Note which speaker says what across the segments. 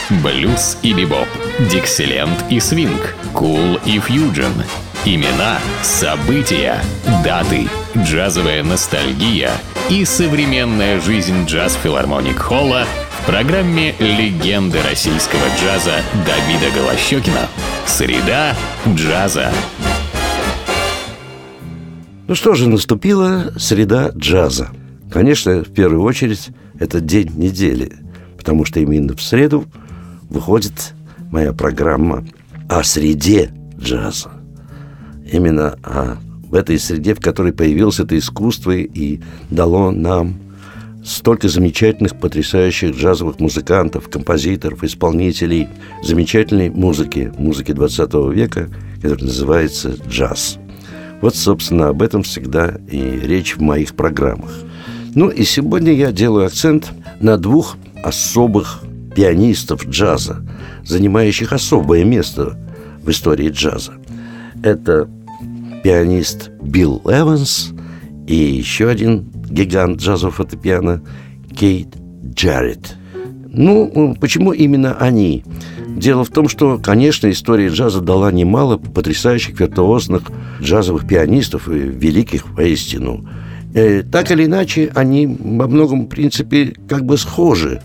Speaker 1: блюз и бибоп, диксиленд и свинг, кул и фьюджен. Имена, события, даты, джазовая ностальгия и современная жизнь джаз-филармоник-холла в программе «Легенды российского джаза» Давида Голощёкина. Среда джаза.
Speaker 2: Ну что же, наступила среда джаза. Конечно, в первую очередь, это день недели, потому что именно в среду выходит моя программа о среде джаза. Именно в этой среде, в которой появилось это искусство и дало нам столько замечательных, потрясающих джазовых музыкантов, композиторов, исполнителей замечательной музыки 20 века, которая называется джаз. Вот, собственно, об этом всегда и речь в моих программах. Ну и сегодня я делаю акцент на двух особых пианистов джаза, занимающих особое место в истории джаза. Это пианист Билл Эванс и еще один гигант джазового фортепиано Кейт Джарретт. Ну, почему именно они? Дело в том, что, конечно, история джаза дала немало потрясающих виртуозных джазовых пианистов, и великих воистину. Так или иначе, они во многом, в принципе, как бы схожи,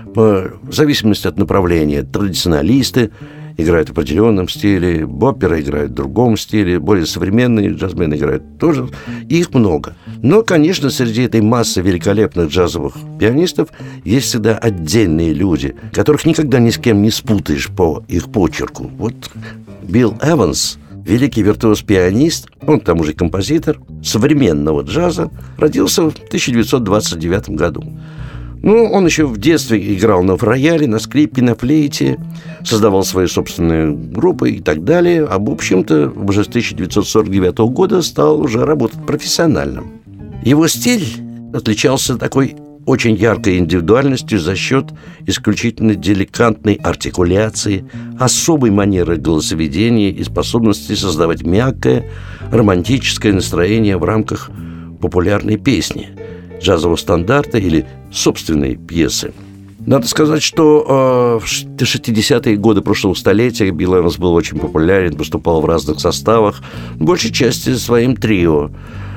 Speaker 2: в зависимости от направления. Традиционалисты играют в определенном стиле, бопперы играют в другом стиле, более современные джазмены играют тоже. Их много. Но, конечно, среди этой массы великолепных джазовых пианистов есть всегда отдельные люди, которых никогда ни с кем не спутаешь по их почерку. Вот Билл Эванс, великий виртуоз-пианист, он к тому же композитор современного джаза, родился в 1929 году. Ну, он еще в детстве играл на рояле, на скрипке, на флейте, создавал свои собственные группы и так далее. А в общем-то, уже с 1949 года стал уже работать профессионально. Его стиль отличался такой очень яркой индивидуальностью за счет исключительно деликатной артикуляции, особой манеры голосоведения и способности создавать мягкое, романтическое настроение в рамках популярной песни, джазового стандарта или собственной пьесы. Надо сказать, что в 60-е годы прошлого столетия Билл Эванс был очень популярен, выступал в разных составах, в большей части своим трио.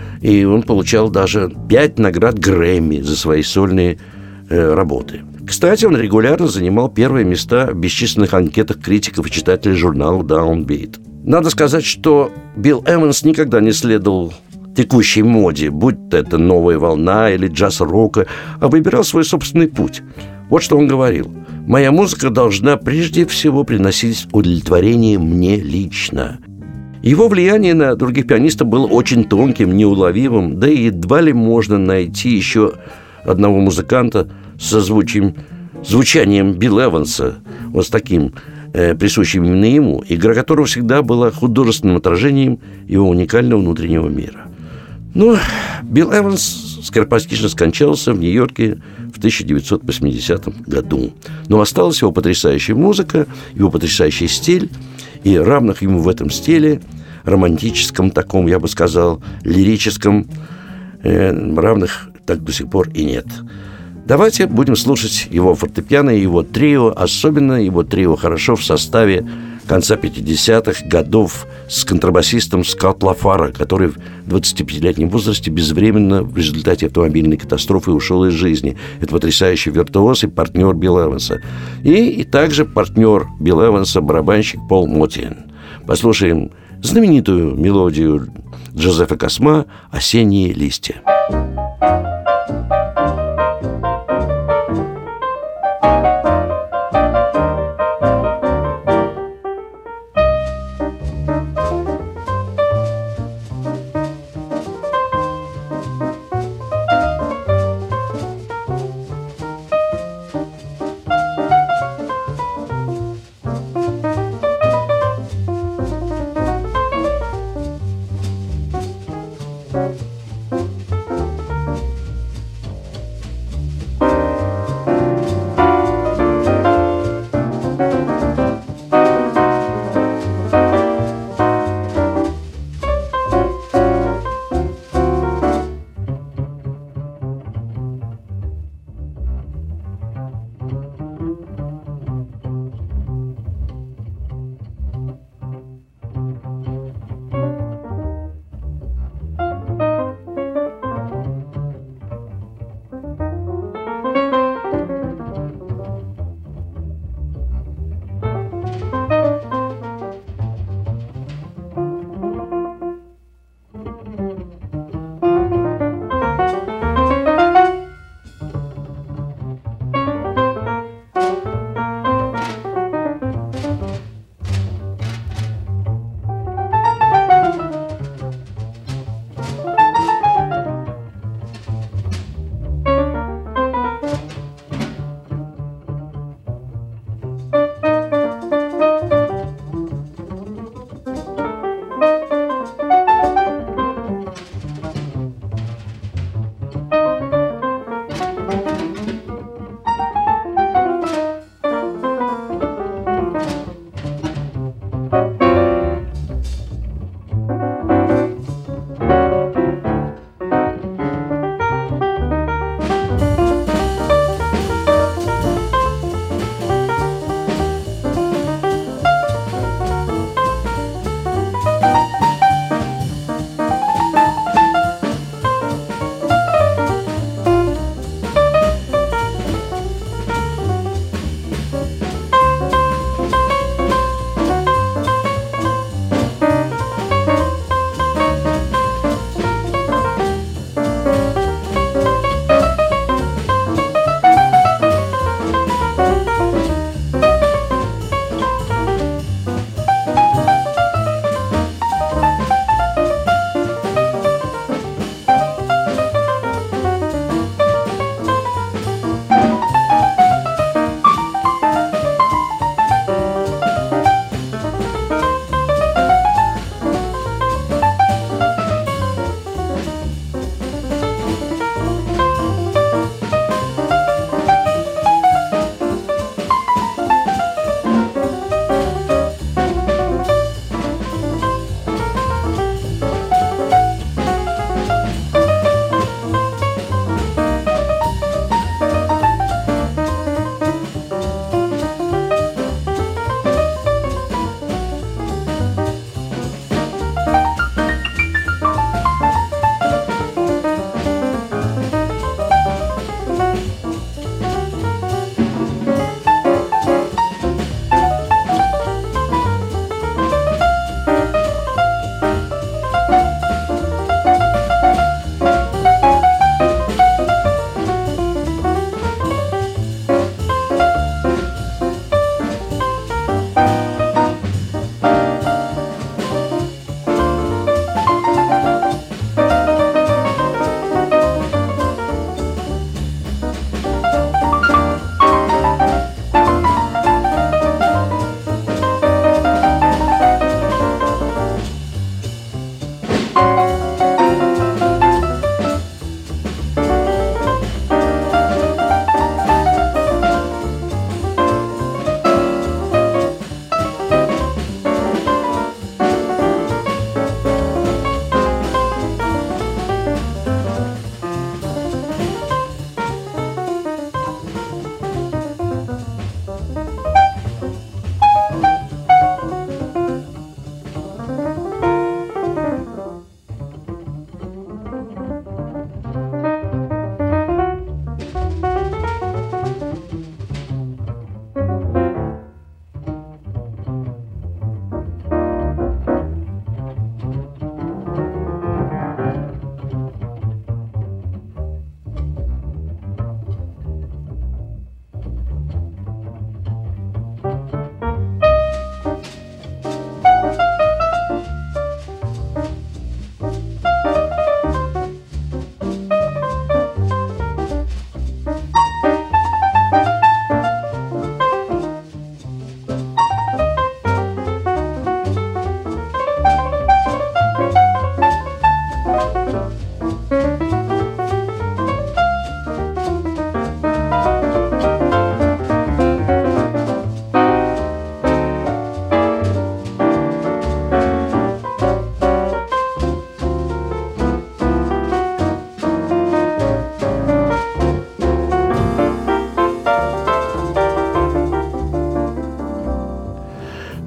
Speaker 2: И он получал даже 5 наград Грэмми за свои сольные работы. Кстати, он регулярно занимал первые места в бесчисленных анкетах критиков и читателей журнала Downbeat. Надо сказать, что Билл Эванс никогда не следовал текущей моде, будь это новая волна или джаз-рока, а выбирал свой собственный путь. Вот что он говорил: «Моя музыка должна прежде всего приносить удовлетворение мне лично». Его влияние на других пианистов было очень тонким, неуловимым, да и едва ли можно найти еще одного музыканта со звучанием Билла Эванса, вот с таким присущим именно ему, игра которого всегда была художественным отражением его уникального внутреннего мира. Ну, Билл Эванс скоропостижно скончался в Нью-Йорке в 1980 году. Но осталась его потрясающая музыка, его потрясающий стиль, и равных ему в этом стиле, романтическом таком, я бы сказал, лирическом, равных так до сих пор и нет. Давайте будем слушать его фортепиано и его трио, особенно его трио хорошо в составе конца 50-х годов с контрабасистом Скотт Лафара, который в 25-летнем возрасте безвременно в результате автомобильной катастрофы ушел из жизни. Это потрясающий виртуоз и партнер Билла Эванса. И также партнер Билла Эванса, барабанщик Пол Мотиен. Послушаем знаменитую мелодию Джозефа Косма «Осенние листья».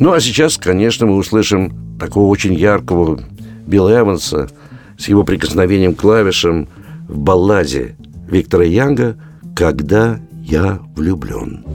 Speaker 2: Ну, а сейчас, конечно, мы услышим такого очень яркого Билла Эванса с его прикосновением к клавишам в балладе Виктора Янга «Когда я влюблен».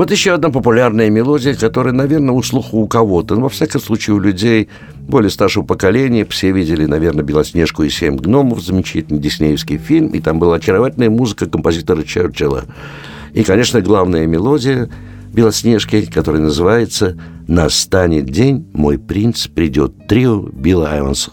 Speaker 2: Вот еще одна популярная мелодия, которая, наверное, у слуха у кого-то, но, во всяком случае, у людей более старшего поколения. Все видели, наверное, «Белоснежку и семь гномов», замечательный диснеевский фильм, и там была очаровательная музыка композитора Черчилля. И, конечно, главная мелодия «Белоснежки», которая называется «Настанет день, мой принц придет», трио Билла Эванса.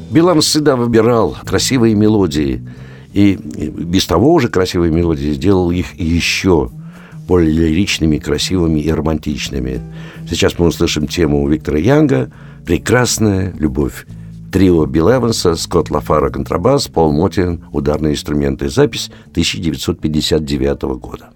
Speaker 2: Билан всегда выбирал красивые мелодии, и без того уже красивые мелодии сделал их еще более лиричными, красивыми и романтичными. Сейчас мы услышим тему Виктора Янга «Прекрасная любовь». Трио Билл Эванса, Скотт Лафара контрабас, Пол Мотин ударные инструменты. Запись 1959 года.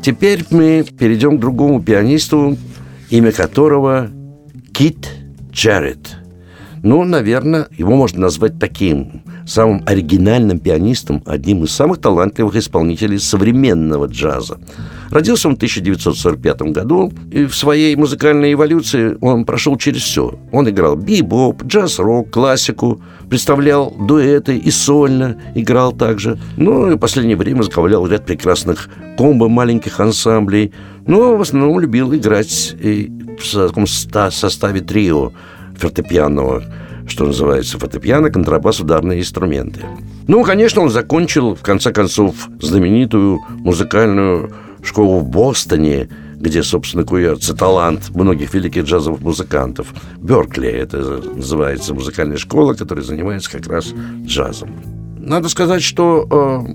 Speaker 2: Теперь мы перейдем к другому пианисту, имя которого Кит Джарретт. Ну, наверное, его можно назвать таким самым оригинальным пианистом, одним из самых талантливых исполнителей современного джаза. Родился он в 1945 году, и в своей музыкальной эволюции он прошел через все. Он играл бибоп, джаз-рок, классику, представлял дуэты и сольно играл также. Ну, и в последнее время возглавлял ряд прекрасных комбо маленьких ансамблей. Но в основном любил играть в таком составе трио фортепианного, что называется, фортепиано, контрабас, ударные инструменты. Ну, конечно, он закончил, в конце концов, знаменитую музыкальную школу в Бостоне, где, собственно, куется талант многих великих джазовых музыкантов. Беркли, это называется музыкальная школа, которая занимается как раз джазом. Надо сказать, что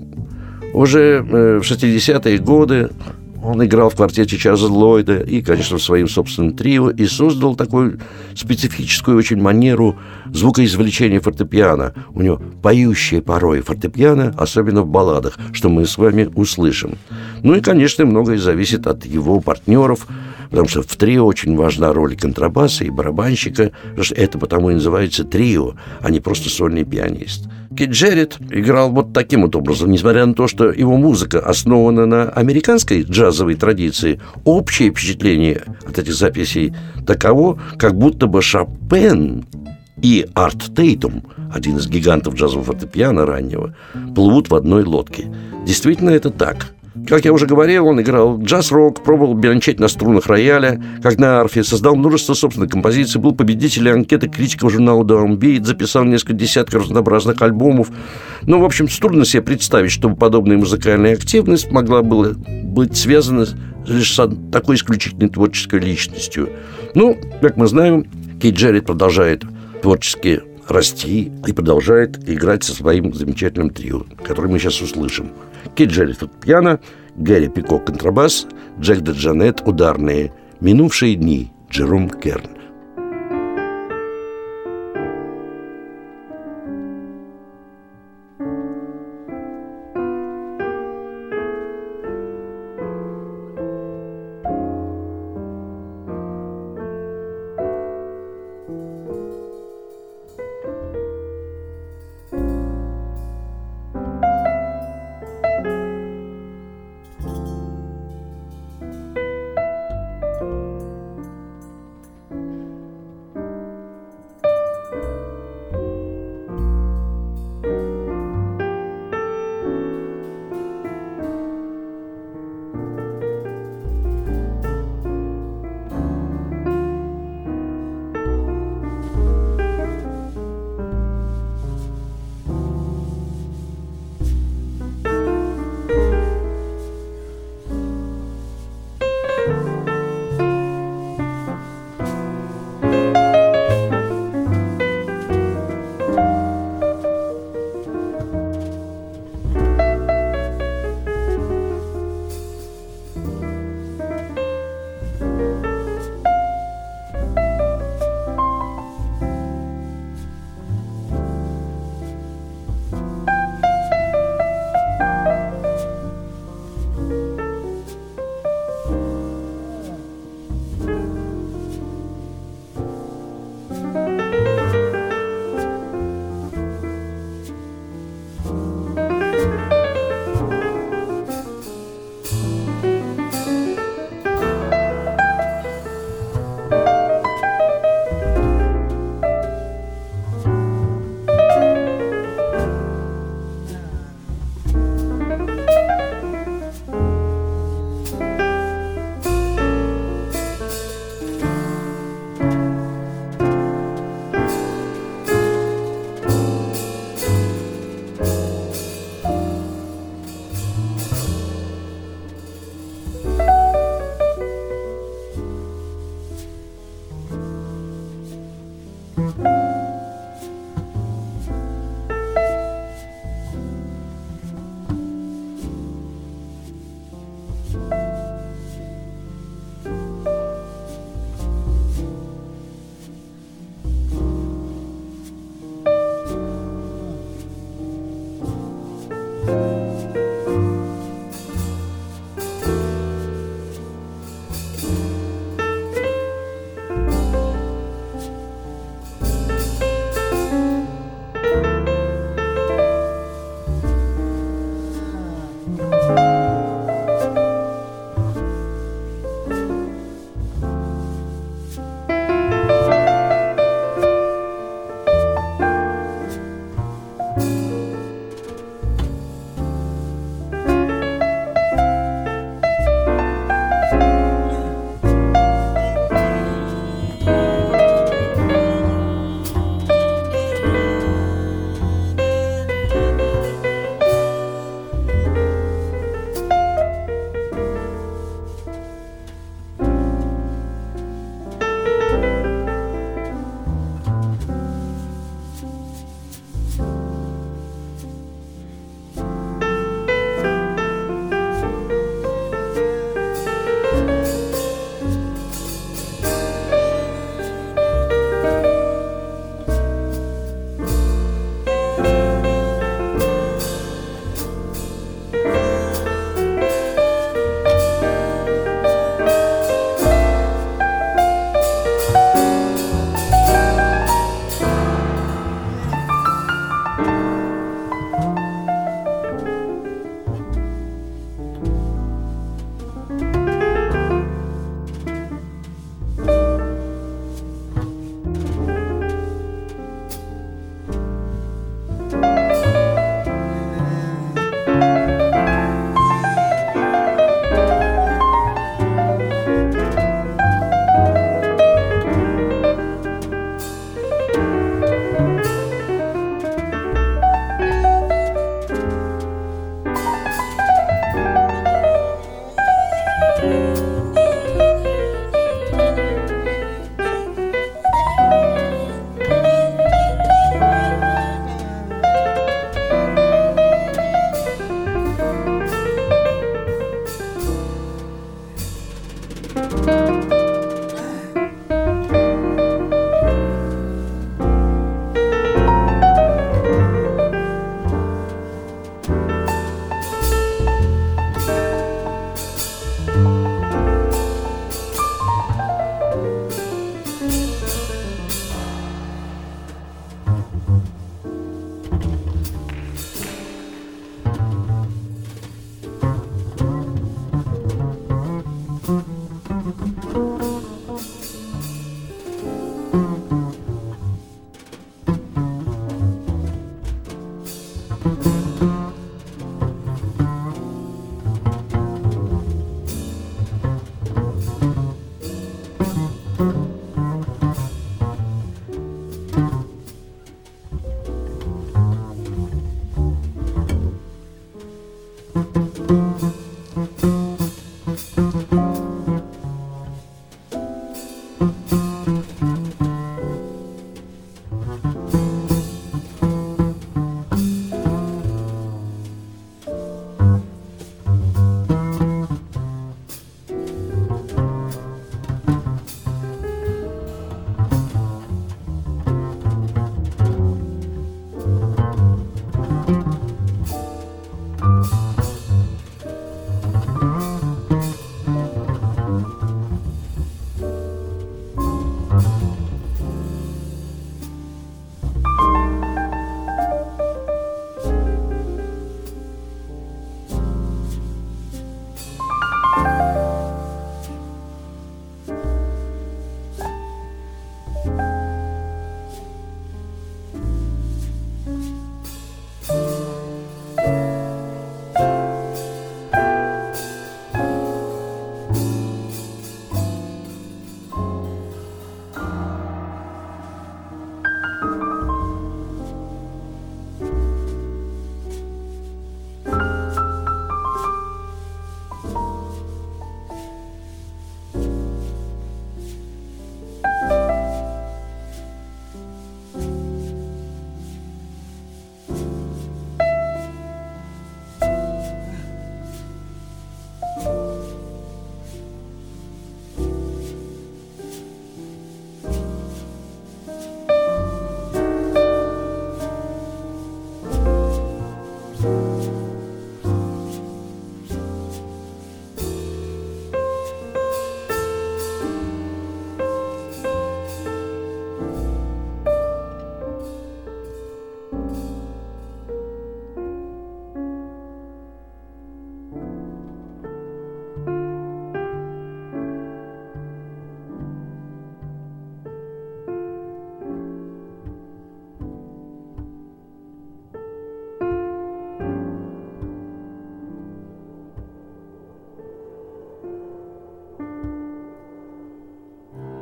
Speaker 2: уже в 60-е годы он играл в квартете Чарльза Ллойда и, конечно, в своем собственном трио и создал такую специфическую очень манеру звукоизвлечения фортепиано. У него поющее порой фортепиано, особенно в балладах, что мы с вами услышим. Ну и, конечно, многое зависит от его партнеров, потому что в трио очень важна роль контрабаса и барабанщика, потому что это потому и называется трио, а не просто сольный пианист. Кит Джарретт играл вот таким вот образом, несмотря на то, что его музыка основана на американской джазовой традиции, общее впечатление от этих записей таково, как будто бы Шопен и Арт Тейтум, один из гигантов джазового фортепиано раннего, плывут в одной лодке. Действительно, это так. Как я уже говорил, он играл джаз-рок, пробовал бренчать на струнах рояля, как на арфе, создал множество собственных композиций, был победителем анкеты критиков журнала Downbeat, записал несколько десятков разнообразных альбомов. Ну, в общем, трудно себе представить, чтобы подобная музыкальная активность могла была быть связана лишь с такой исключительной творческой личностью. Ну, как мы знаем, Кит Джарретт продолжает творчески расти и продолжает играть со своим замечательным трио, который мы сейчас услышим. Кит Джарретт фортепиано, Гэри Пикок контрабас, Джек Деджанет ударные, минувшие дни, Джером Керн.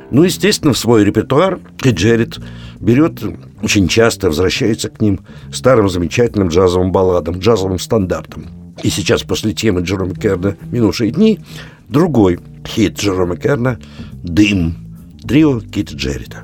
Speaker 2: Ну, естественно, в свой репертуар Кит Джеррит берет, очень часто возвращается к ним, старым замечательным джазовым балладам, джазовым стандартам. И сейчас, после темы Джерома Керна «Минувшие дни», другой хит Джерома Керна «Дым», трио Кита Джеррита.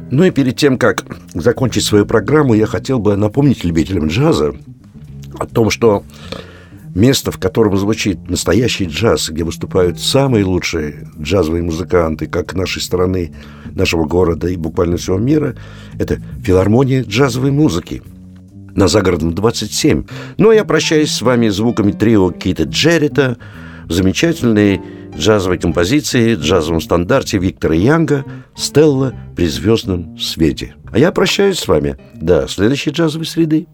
Speaker 2: Ну и перед тем, как закончить свою программу, я хотел бы напомнить любителям джаза о том, что место, в котором звучит настоящий джаз, где выступают самые лучшие джазовые музыканты как нашей страны, нашего города и буквально всего мира, это филармония джазовой музыки на Загородном 27. Ну а я прощаюсь с вами звуками трио Кита Джеррита в замечательной джазовой композиции, джазовом стандарте Виктора Янга «Стелла при звездном свете». А я прощаюсь с вами до следующей джазовой среды.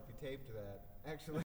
Speaker 3: hope you taped that. Actually.